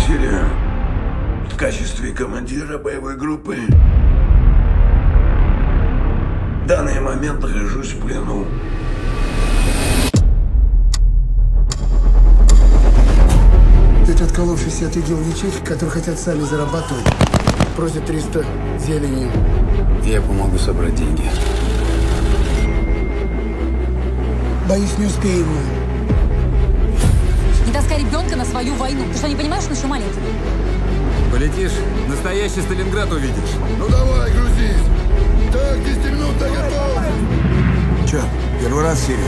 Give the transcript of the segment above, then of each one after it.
Сирия, в качестве командира боевой группы в данный момент нахожусь в плену. Это отколовшийся от идел ячейки, которые хотят сами зарабатывать. Просят 300 зелени. Я помогу собрать деньги. Боюсь, не успеем мы. Не таскай ребенка на свою войну. Ты что, не понимаешь, он еще маленький? Полетишь, настоящий Сталинград увидишь. Ну давай, грузись. Так, 10 минут, так готов. Че, первый раз в Сирии?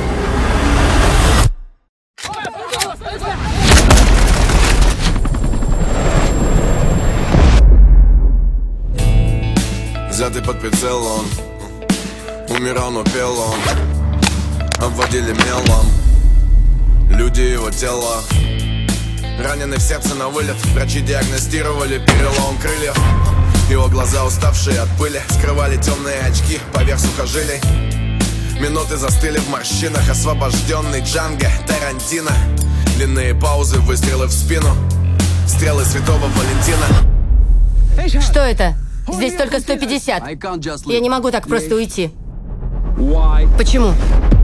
Взятый под прицел он умирал, но пел он. Обводили мелом люди его тела. Раненый в сердце на вылет. Врачи диагностировали перелом крыльев. Его глаза, уставшие от пыли, скрывали темные очки поверх сухожилий. Минуты застыли в морщинах. Освобожденный Джанго Тарантино. Длинные паузы, выстрелы в спину. Стрелы святого Валентина. Что это? Здесь только 150. Я не могу так просто уйти. Почему?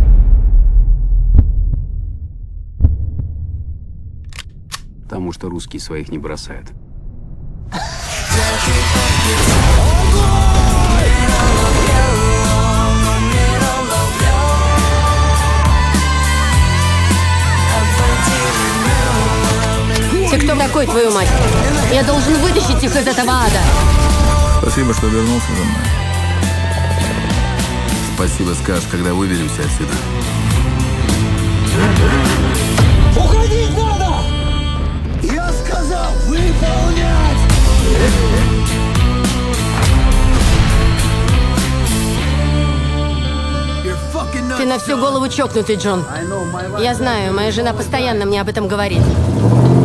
Потому что русские своих не бросают. Ты кто такой, твою мать? Я должен вытащить их из этого ада. Спасибо, что вернулся за мной. Спасибо скажешь, когда выберемся отсюда. Уходить надо! Я сказал выполнять! Ты на всю голову чокнутый, Джон. Я знаю, моя жена постоянно мне об этом говорит.